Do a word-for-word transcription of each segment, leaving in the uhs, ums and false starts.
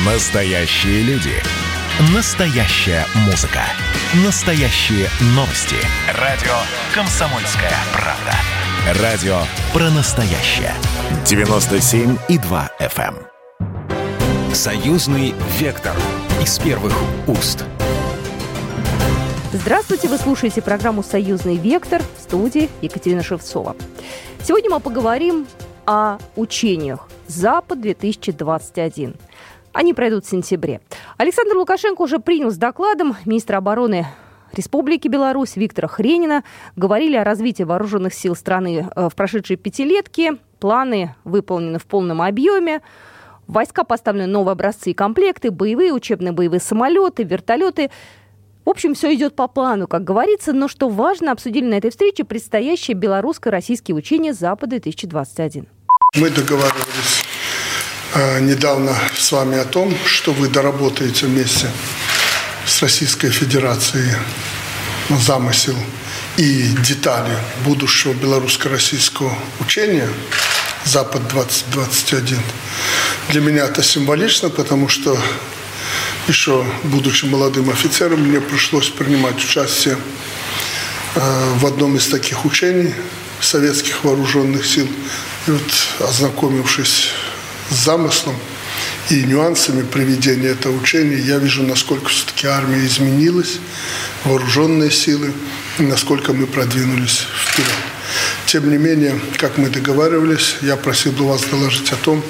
Настоящие люди. Настоящая музыка. Настоящие новости. Радио «Комсомольская правда». Радио про настоящее. девяносто семь и два эф эм. Союзный вектор. Из первых уст. Здравствуйте, вы слушаете программу «Союзный вектор», в студии Екатерина Шевцова. Сегодня мы поговорим о учениях «Запад-две тысячи двадцать один». Они пройдут в сентябре. Александр Лукашенко уже принял с докладом министра обороны Республики Беларусь Виктора Хренина. Говорили о развитии вооруженных сил страны в прошедшие пятилетки. Планы выполнены в полном объеме. В войска поставлены новые образцы и комплекты, боевые, учебные боевые самолеты, вертолеты. В общем, все идет по плану, как говорится. Но что важно, обсудили на этой встрече предстоящие белорусско-российские учения «Запад-две тысячи двадцать один». Мы договаривались э, недавно с вами о том, что вы доработаете вместе с Российской Федерацией замысел и детали будущего белорусско-российского учения «Запад-двадцать двадцать один». Для меня это символично, потому что еще, будучи молодым офицером, мне пришлось принимать участие э, в одном из таких учений советских вооруженных сил. И вот, ознакомившись с замыслом и нюансами проведения этого учения, я вижу, насколько все-таки армия изменилась, вооруженные силы, и насколько мы продвинулись вперед. Тем не менее, как мы договаривались, я просил бы вас доложить о том,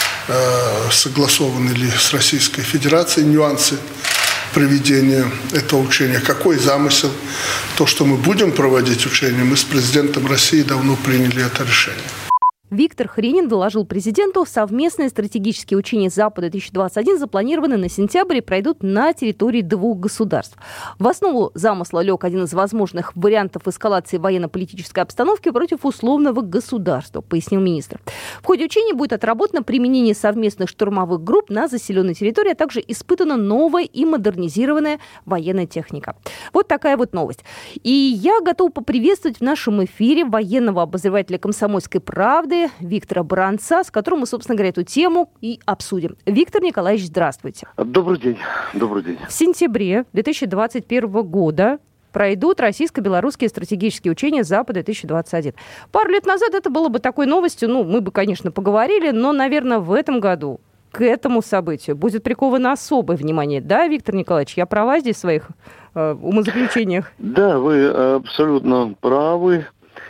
согласованы ли с Российской Федерацией нюансы проведения этого учения, какой замысел. То, что мы будем проводить учение, мы с президентом России давно приняли это решение. Виктор Хренин доложил президенту, совместные стратегические учения «Запад-две тысячи двадцать один» запланированы на сентябрь и пройдут на территории двух государств. В основу замысла лег один из возможных вариантов эскалации военно-политической обстановки против условного государства, пояснил министр. В ходе учений будет отработано применение совместных штурмовых групп на заселенной территории, а также испытана новая и модернизированная военная техника. Вот такая вот новость. И я готова поприветствовать в нашем эфире военного обозревателя «Комсомольской правды» Виктора Баранца, с которым мы, собственно говоря, эту тему и обсудим. Виктор Николаевич, здравствуйте. Добрый день. Добрый день. В сентябре две тысячи двадцать первого года пройдут российско-белорусские стратегические учения «Запад-две тысячи двадцать один». Пару лет назад это было бы такой новостью, ну, мы бы, конечно, поговорили, но, наверное, в этом году к этому событию будет приковано особое внимание. Да, Виктор Николаевич, я права здесь в своих э, умозаключениях? Да, вы абсолютно правы.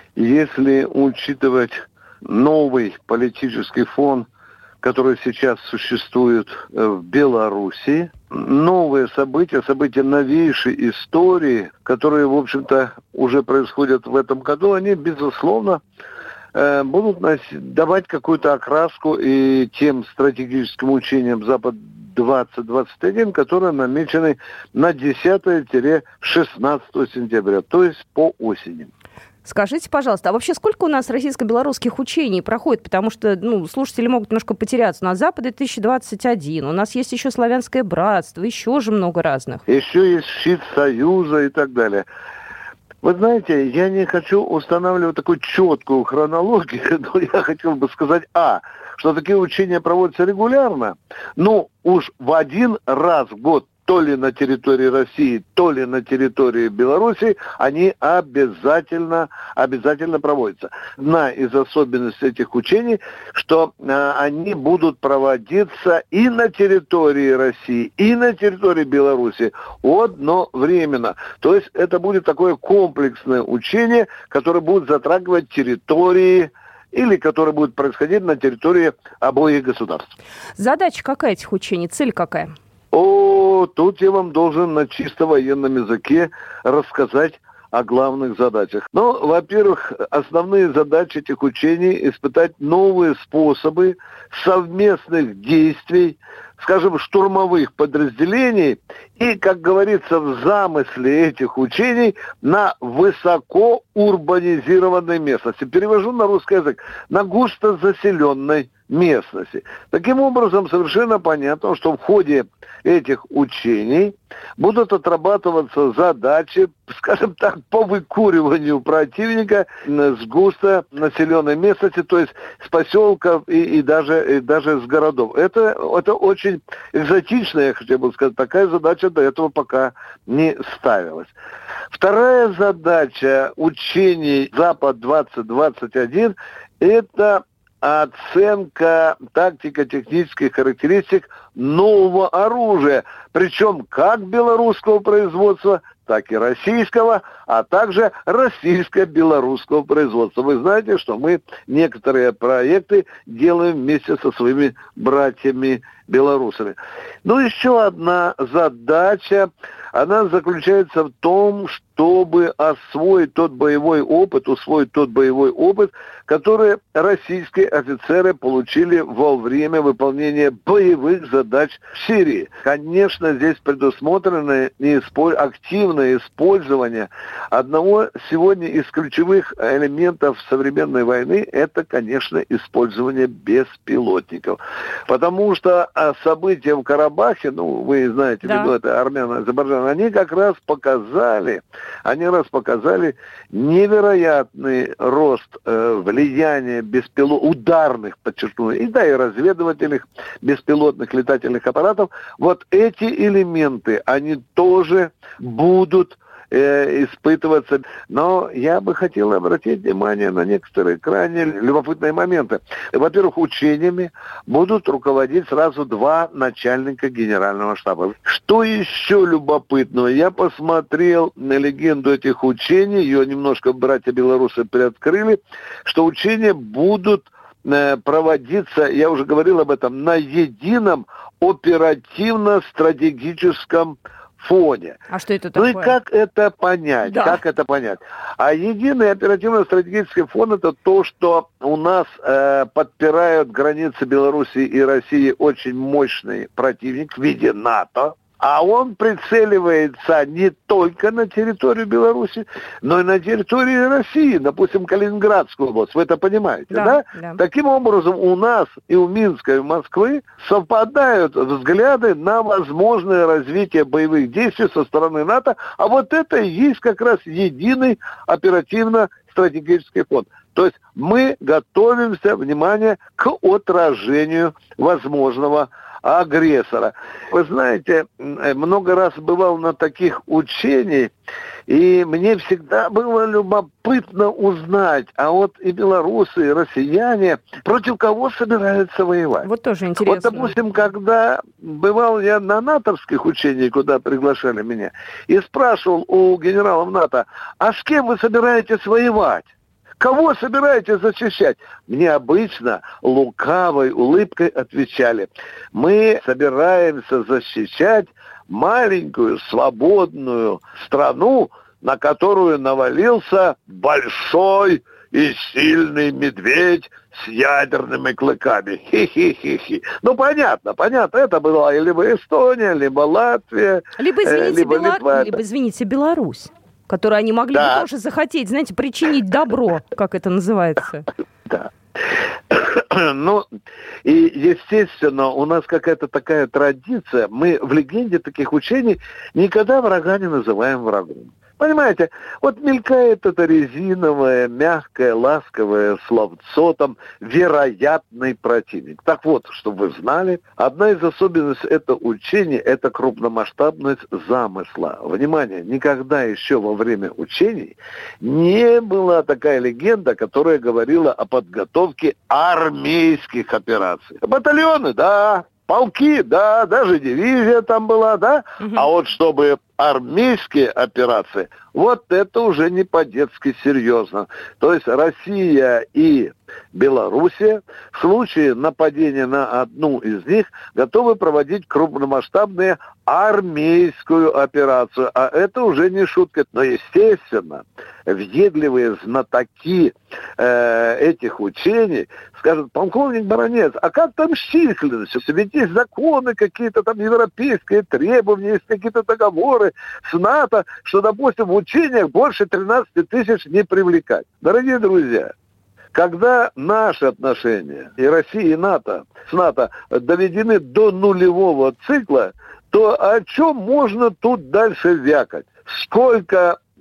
Если учитывать новый политический фон, который сейчас существует в Беларуси, новые события, события новейшей истории, которые, в общем-то, уже происходят в этом году, они, безусловно, будут давать какую-то окраску и тем стратегическим учениям «Запад-двадцать двадцать один», которые намечены на десятое-шестнадцатое сентября, то есть по осени. Скажите, пожалуйста, а вообще сколько у нас российско-белорусских учений проходит? Потому что, ну, слушатели могут немножко потеряться. У нас «Запад-две тысячи двадцать один», у нас есть еще «Славянское братство», еще же много разных. Еще есть «Щит Союза» и так далее. Вы знаете, я не хочу устанавливать такую четкую хронологию, но я хотел бы сказать, а, что такие учения проводятся регулярно, но уж в один раз в год, то ли на территории России, то ли на территории Беларуси, они обязательно, обязательно проводятся. Одна из особенностей этих учений, что э, они будут проводиться и на территории России, и на территории Беларуси одновременно. То есть это будет такое комплексное учение, которое будет затрагивать территории или которое будет происходить на территории обоих государств. Задача какая этих учений? Цель какая? О, тут я вам должен на чисто военном языке рассказать о главных задачах. Ну, во-первых, основные задачи этих учений – испытать новые способы совместных действий, скажем, штурмовых подразделений и, как говорится, в замысле этих учений на высоко урбанизированной местности. Перевожу на русский язык. На густо заселенной местности. Таким образом, совершенно понятно, что в ходе этих учений будут отрабатываться задачи, скажем так, по выкуриванию противника с густо населенной местности, то есть с поселков и, и, даже, и даже с городов. Это, это очень очень экзотичная, я хотел бы сказать, такая задача до этого пока не ставилась. Вторая задача учений «Запад двадцать двадцать один» – это оценка тактико-технических характеристик нового оружия, причем как белорусского производства, так и российского, а также российско-белорусского производства. Вы знаете, что мы некоторые проекты делаем вместе со своими братьями-белорусами. Ну, еще одна задача, она заключается в том, чтобы освоить тот боевой опыт, усвоить тот боевой опыт, который российские офицеры получили во время выполнения боевых задач в Сирии. Конечно, здесь предусмотрено активное использование одного сегодня из ключевых элементов современной войны, это, конечно, использование беспилотников. Потому что события в Карабахе, ну, вы знаете, да. виду это армяно, Азербайджан, они как раз показали, они раз показали невероятный рост э, влияния беспилотных, ударных, подчеркну, и да, и разведывательных беспилотных летательных аппаратов. Вот эти элементы, они тоже будут э, испытываться. Но я бы хотел обратить внимание на некоторые крайне любопытные моменты. Во-первых, учениями будут руководить сразу два начальника генерального штаба. Что еще любопытного? Я посмотрел на легенду этих учений, ее немножко братья-белорусы приоткрыли, что учения будут проводиться, я уже говорил об этом, на едином оперативно-стратегическом фоне. А что это такое? Ну и как это понять? Да. Как это понять? А единый оперативно-стратегический фон – это то, что у нас э, подпирают границы Беларуси и России очень мощный противник в виде НАТО. А он прицеливается не только на территорию Беларуси, но и на территорию России, допустим, Калининградскую область. Вы это понимаете, да? Да, да? Таким образом, у нас и у Минска, и у Москвы совпадают взгляды на возможное развитие боевых действий со стороны НАТО, а вот это и есть как раз единый оперативно-стратегический фонд. То есть мы готовимся, внимание, к отражению возможного агрессора. Вы знаете, много раз бывал на таких учениях, и мне всегда было любопытно узнать, а вот и белорусы, и россияне, против кого собираются воевать. Вот тоже интересно. Вот, допустим, когда бывал я на натовских учениях, куда приглашали меня, и спрашивал у генералов НАТО, а с кем вы собираетесь воевать? Кого собираетесь защищать? Мне обычно лукавой улыбкой отвечали: мы собираемся защищать маленькую свободную страну, на которую навалился большой и сильный медведь с ядерными клыками. Хи-хи-хи-хи. Ну, понятно, понятно. Это была либо Эстония, либо Латвия, либо, извините, либо Белар... Литва. либо, извините, Беларусь, которую они могли да. бы тоже захотеть, знаете, причинить добро, как это называется. Да. Ну, и, естественно, у нас какая-то такая традиция. Мы в легенде таких учений никогда врага не называем врагом. Понимаете, вот мелькает это резиновое, мягкое, ласковое словцо, там, вероятный противник. Так вот, чтобы вы знали, одна из особенностей этого учения – это крупномасштабность замысла. Внимание, никогда еще во время учений не была такая легенда, которая говорила о подготовке армейских операций. Батальоны, да, полки, да, даже дивизия там была, да, угу. А вот чтобы армейские операции, вот это уже не по-детски серьезно. То есть Россия и Белоруссия в случае нападения на одну из них готовы проводить крупномасштабную армейскую операцию. А это уже не шутка. Но, естественно, въедливые знатоки э, этих учений скажут: полковник Баранец, а как там численность? Ведь есть законы какие-то, там европейские требования, есть какие-то договоры с НАТО, что, допустим, в учениях больше тринадцати тысяч не привлекать. Дорогие друзья, когда наши отношения и России, и НАТО, с НАТО доведены до нулевого цикла, то о чем можно тут дальше вякать? Сколько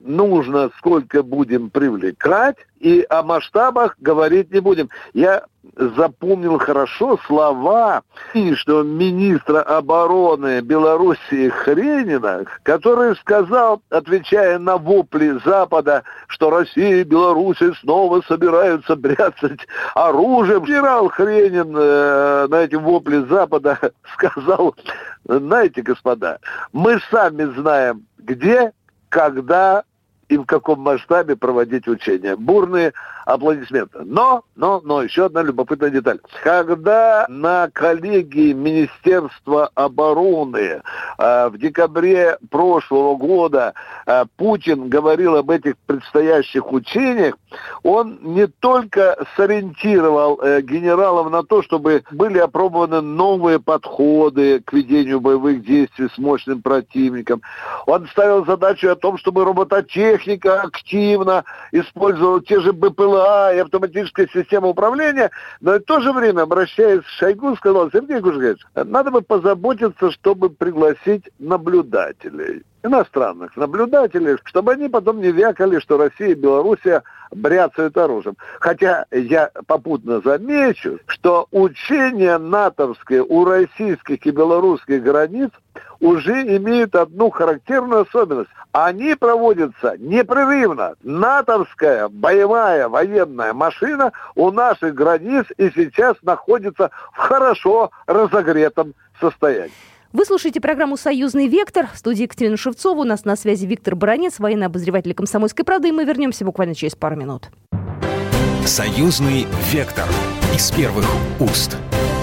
нужно, сколько будем привлекать, и о масштабах говорить не будем. Я запомнил хорошо слова нынешнего министра обороны Белоруссии Хренина, который сказал, отвечая на вопли Запада, что Россия и Беларусь снова собираются бряцать оружием. Генерал Хренин э, на эти вопли Запада сказал: знаете, господа, мы сами знаем, где, когда и в каком масштабе проводить учения. Бурные аплодисменты. Но, но, но, еще одна любопытная деталь. Когда на коллегии Министерства обороны э, в декабре прошлого года э, Путин говорил об этих предстоящих учениях, он не только сориентировал э, генералов на то, чтобы были опробованы новые подходы к ведению боевых действий с мощным противником. Он ставил задачу о том, чтобы робототехника активно использовала те же БПЛА и автоматическая система управления, но и в то же время, обращаясь к Шойгу, сказал: Сергей Кужугетович, надо бы позаботиться, чтобы пригласить наблюдателей, иностранных наблюдателей, чтобы они потом не вякали, что Россия и Белоруссия бряцают оружием. Хотя я попутно замечу, что учения натовские у российских и белорусских границ уже имеют одну характерную особенность. Они проводятся непрерывно. натовская боевая военная машина у наших границ и сейчас находится в хорошо разогретом состоянии. Вы слушаете программу «Союзный вектор». В студии Екатерина Шевцова. У нас на связи Виктор Баранец, военный обозреватель «Комсомольской правды». И мы вернемся буквально через пару минут. «Союзный вектор» из первых уст.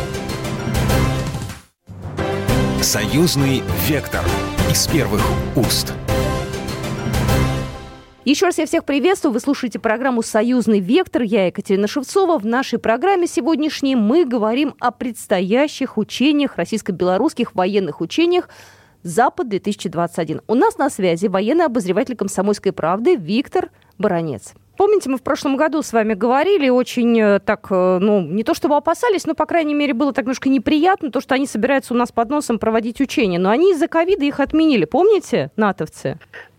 «Союзный вектор» из первых уст. Еще раз я всех приветствую. Вы слушаете программу «Союзный вектор». Я Екатерина Шевцова. В нашей программе сегодняшней мы говорим о предстоящих учениях, российско-белорусских военных учениях «Запад-две тысячи двадцать один». У нас на связи военный обозреватель «Комсомольской правды» Виктор Баранец. Помните, мы в прошлом году с вами говорили, очень так, ну, не то чтобы опасались, но, по крайней мере, было так немножко неприятно, то, что они собираются у нас под носом проводить учения. Но они из-за ковида их отменили, помните, натовцы?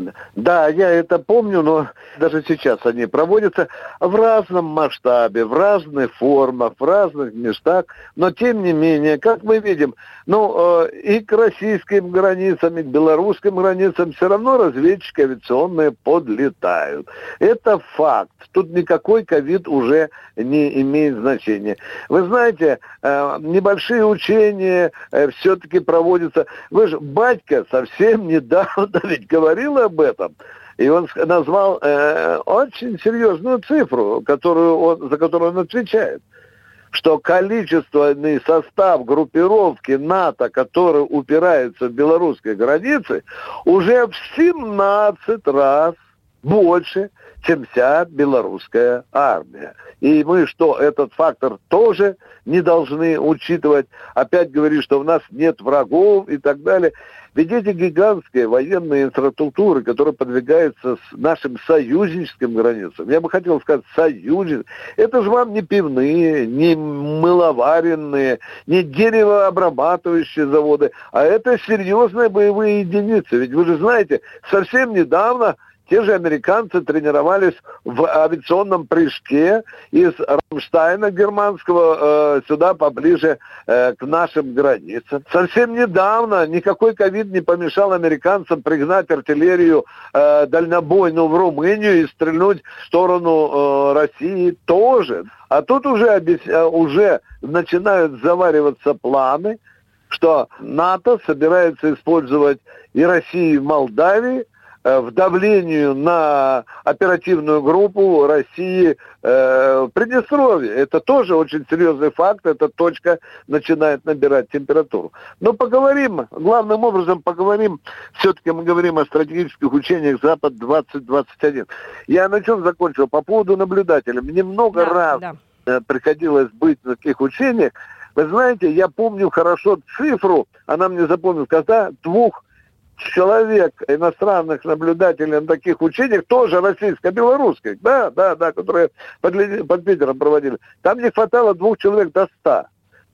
Да, я это помню, но даже сейчас они проводятся в разном масштабе, в разных формах, в разных местах. Но, тем не менее, как мы видим, ну, и к российским границам, и к белорусским границам все равно разведчики авиационные подлетают. Это факт. Тут никакой ковид уже не имеет значения. Вы знаете, небольшие учения все-таки проводятся. Вы же, батька совсем недавно ведь говорил об этом. И он назвал э, очень серьезную цифру, которую он, за которую он отвечает. Что количественный состав группировки НАТО, который упирается в белорусской границе, уже в семнадцать раз больше, чем вся белорусская армия. И мы что, этот фактор тоже не должны учитывать? Опять говорит, что у нас нет врагов и так далее. Ведь эти гигантские военные инфраструктуры, которые подвигаются с нашим союзническим границам, я бы хотел сказать союзническим, это же вам не пивные, не мыловаренные, не деревообрабатывающие заводы, а это серьезные боевые единицы. Ведь вы же знаете, совсем недавно те же американцы тренировались в авиационном прыжке из Рамштайна германского э, сюда поближе э, к нашим границам. Совсем недавно никакой ковид не помешал американцам пригнать артиллерию э, дальнобойную в Румынию и стрельнуть в сторону э, России тоже. А тут уже, объяс... уже начинают завариваться планы, что НАТО собирается использовать и Россию, и Молдавию в давлению на оперативную группу России э, в Приднестровье. Это тоже очень серьезный факт, эта точка начинает набирать температуру. Но поговорим, главным образом поговорим, все-таки мы говорим о стратегических учениях Запад-двадцать двадцать один. Я на чем закончил? По поводу наблюдателей. Мне много да, раз да. приходилось быть на таких учениях. Вы знаете, я помню хорошо цифру, она мне запомнилась, когда двух человек, иностранных наблюдателей на таких учениях, тоже российско-белорусских, да, да, да, которые под, под Питером проводили, там не хватало двух человек до ста.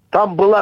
Там была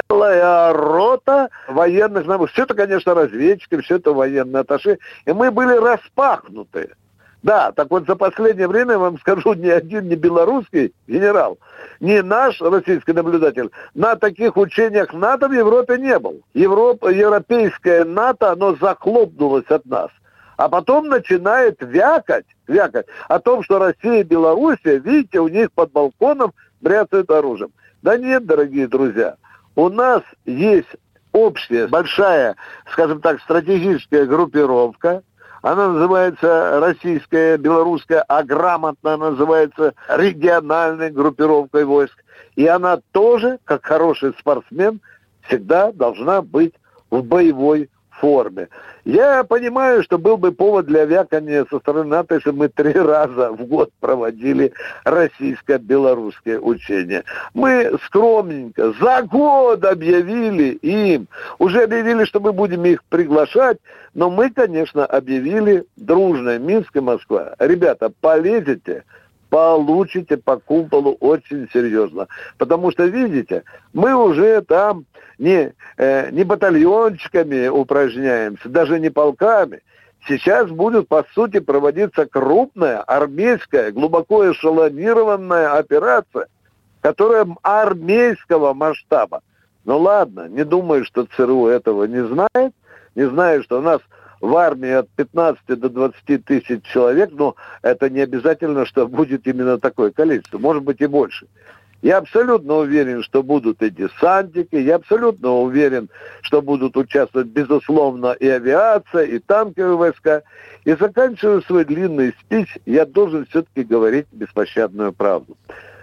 целая рота военных, все это, конечно, разведчики, все это военные атташе, и мы были распахнуты. Да, так вот за последнее время, я вам скажу, ни один не белорусский генерал, ни наш российский наблюдатель на таких учениях НАТО в Европе не был. Европа, европейское НАТО, оно захлопнулось от нас. А потом начинает вякать, вякать о том, что Россия и Белоруссия, видите, у них под балконом бряцают оружием. Да нет, дорогие друзья, у нас есть общая, большая, скажем так, стратегическая группировка. Она называется российская, белорусская, а грамотно называется региональной группировкой войск. И она тоже, как хороший спортсмен, всегда должна быть в боевой форме. Я понимаю, что был бы повод для вякания со стороны НАТО, если мы три раза в год проводили российско-белорусские учения. Мы скромненько за год объявили им, уже объявили, что мы будем их приглашать, но мы, конечно, объявили дружно, Минск и Москва. Ребята, полезете, получите по куполу очень серьезно. Потому что, видите, мы уже там не, э, не батальончиками упражняемся, даже не полками. Сейчас будет, по сути, проводиться крупная армейская, глубоко эшелонированная операция, которая армейского масштаба. Ну ладно, не думаю, что ЦРУ этого не знает, не знаю, что у нас в армии от пятнадцати до двадцати тысяч человек, но это не обязательно, что будет именно такое количество, может быть и больше. Я абсолютно уверен, что будут и десантники, я абсолютно уверен, что будут участвовать, безусловно, и авиация, и танковые войска. И заканчивая свой длинный спич, я должен все-таки говорить беспощадную правду.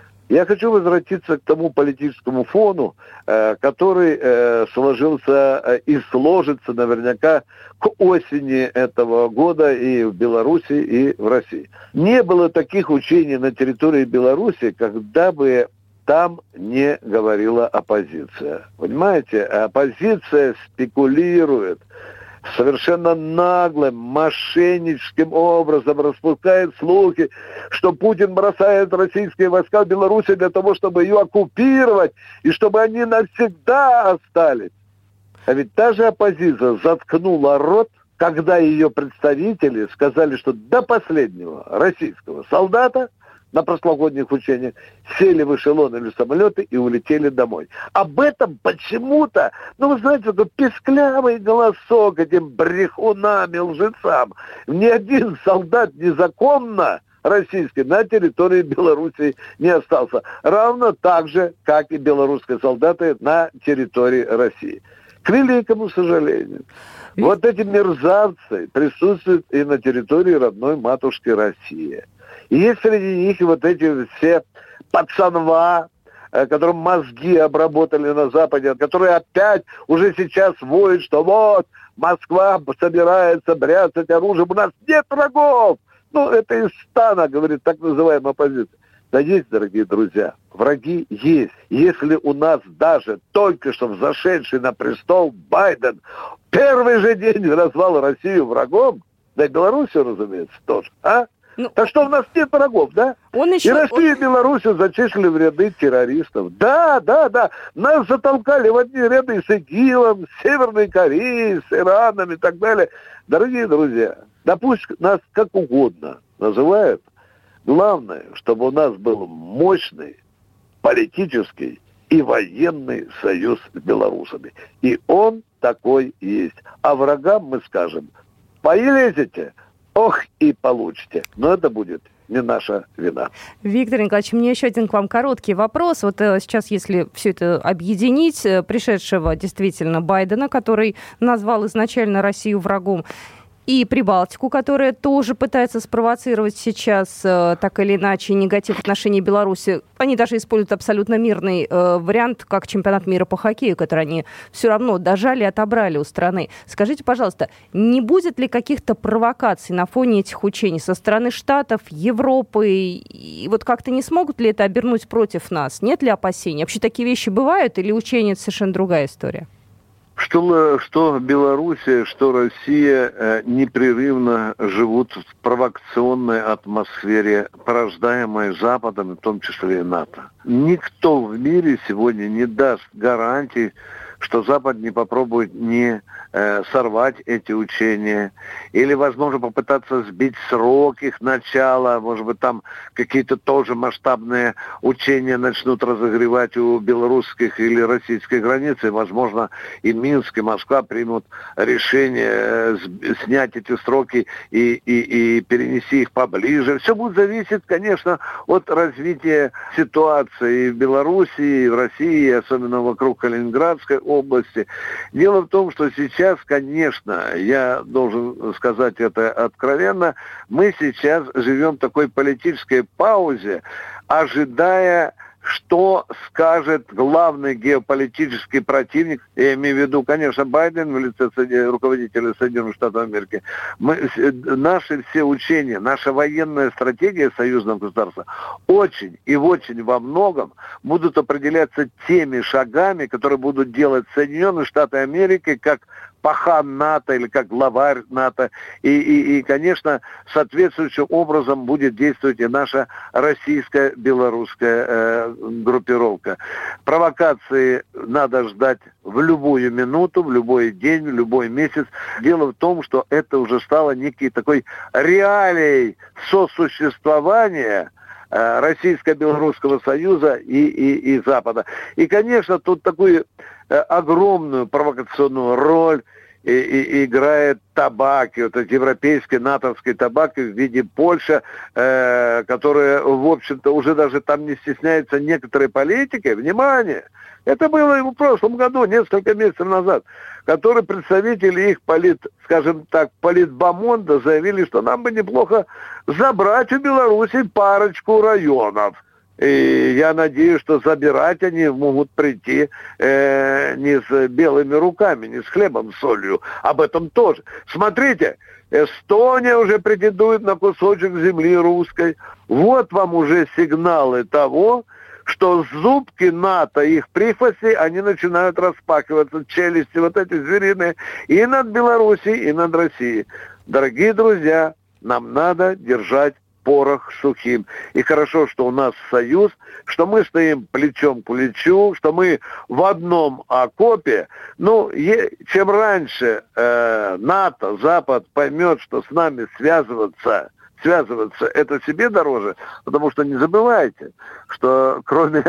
Я хочу возвратиться к тому политическому фону, э, который э, сложился э, и сложится наверняка к осени этого года и в Беларуси, и в России. Не было таких учений на территории Беларуси, когда бы там не говорила оппозиция. Понимаете, оппозиция спекулирует, совершенно наглым, мошенническим образом распускает слухи, что Путин бросает российские войска в Беларуси для того, чтобы ее оккупировать, и чтобы они навсегда остались. А ведь та же оппозиция заткнула рот, когда ее представители сказали, что до последнего российского солдата на прошлогодних учениях сели в эшелон или самолеты и улетели домой. Об этом почему-то, ну вы знаете, такой песклявый голосок этим брехунам и лжецам. Ни один солдат незаконно российский на территории Беларуси не остался. Равно так же, как и белорусские солдаты на территории России. К великому сожалению. Вот эти мерзавцы присутствуют и на территории родной матушки России. И есть среди них и вот эти все пацанва, которым мозги обработали на Западе, которые опять уже сейчас воют, что вот Москва собирается бряцать оружием, у нас нет врагов. Ну, это из стана, говорит так называемая оппозиция. Да есть, дорогие друзья, враги есть. Если у нас даже только что взошедший на престол Байден первый же день назвал Россию врагом, да и Белоруссию, разумеется, тоже, а? Ну, так что у нас нет врагов, да? Он еще... И Россию и Белоруссию зачислили в ряды террористов. Да, да, да. Нас затолкали в одни ряды с ИГИЛом, с Северной Кореей, с Ираном и так далее. Дорогие друзья, да пусть нас как угодно называют. Главное, чтобы у нас был мощный политический и военный союз с белорусами. И он такой есть. А врагам мы скажем, полезете, ох и получите. Но это будет не наша вина. Виктор Николаевич, у меня еще один к вам короткий вопрос. Вот э, сейчас, если все это объединить, э, пришедшего действительно Байдена, который назвал изначально Россию врагом, и Прибалтику, которая тоже пытается спровоцировать сейчас э, так или иначе негатив в отношении Беларуси. Они даже используют абсолютно мирный э, вариант, как чемпионат мира по хоккею, который они все равно дожали и отобрали у страны. Скажите, пожалуйста, не будет ли каких-то провокаций на фоне этих учений со стороны Штатов, Европы? И вот как-то не смогут ли это обернуть против нас? Нет ли опасений? Вообще такие вещи бывают или учения — это совершенно другая история? Что, что Белоруссия, что Россия э, непрерывно живут в провокационной атмосфере, порождаемой Западом, в том числе и НАТО. Никто в мире сегодня не даст гарантий, что Запад не попробует не э, сорвать эти учения, или, возможно, попытаться сбить срок их начала, может быть, там какие-то тоже масштабные учения начнут разогревать у белорусских или российских границ, и, возможно, и Минск, и Москва примут решение э, снять эти сроки и, и, и перенести их поближе. Все будет зависеть, конечно, от развития ситуации в Беларуси, и в России, особенно вокруг Калининградской области. Дело в том, что сейчас, конечно, я должен сказать это откровенно, мы сейчас живем в такой политической паузе, ожидая, что скажет главный геополитический противник, я имею в виду, конечно, Байден в лице руководителя Соединенных Штатов Америки. Мы, наши все учения, наша военная стратегия союзного государства очень и очень во многом будут определяться теми шагами, которые будут делать Соединенные Штаты Америки как пахан НАТО или как главарь НАТО. И, и, и, конечно, соответствующим образом будет действовать и наша российско-белорусская э, группировка. Провокации надо ждать в любую минуту, в любой день, в любой месяц. Дело в том, что это уже стало некий такой реалией сосуществования Российско-Белорусского союза и, и, и Запада. И, конечно, тут такую э, огромную провокационную роль и, и, играет табак, и вот этот европейский натовский табак в виде Польши, э, которая, в общем-то, уже даже там не стесняется некоторой политикой. Внимание! Это было в прошлом году, несколько месяцев назад, которые представители их полит, скажем так, политбомонда заявили, что нам бы неплохо забрать у Беларуси парочку районов. И я надеюсь, что забирать они могут прийти э, не с белыми руками, не с хлебом, с солью. Об этом тоже. Смотрите, Эстония уже претендует на кусочек земли русской. Вот вам уже сигналы того, что зубки НАТО, их прихвости, они начинают распахиваться, челюсти вот эти звериные, и над Белоруссией, и над Россией. Дорогие друзья, нам надо держать порох сухим. И хорошо, что у нас союз, что мы стоим плечом к плечу, что мы в одном окопе. Ну, е- чем раньше э, НАТО, Запад поймет, что с нами связываться, связываться это себе дороже, потому что не забывайте, что кроме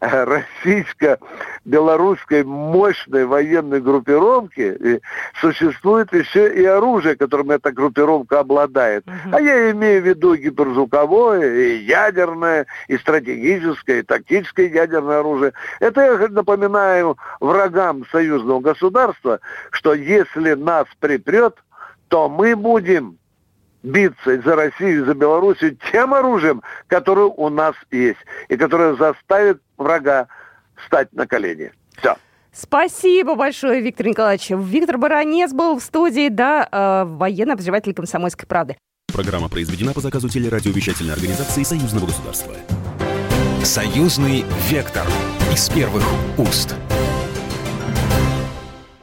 российско-белорусской мощной военной группировки существует еще и оружие, которым эта группировка обладает. Uh-huh. А я имею в виду гиперзвуковое, и ядерное, и стратегическое, и тактическое ядерное оружие. Это я напоминаю врагам союзного государства, что если нас припрет, то мы будем биться за Россию, за Белоруссию тем оружием, которое у нас есть, и которое заставит врага встать на колени. Все. Спасибо большое, Виктор Николаевич. Виктор Баранец был в студии, да, э, военный обозреватель «Комсомольской правды». Программа произведена по заказу телерадиовещательной организации Союзного государства. Союзный вектор из первых уст.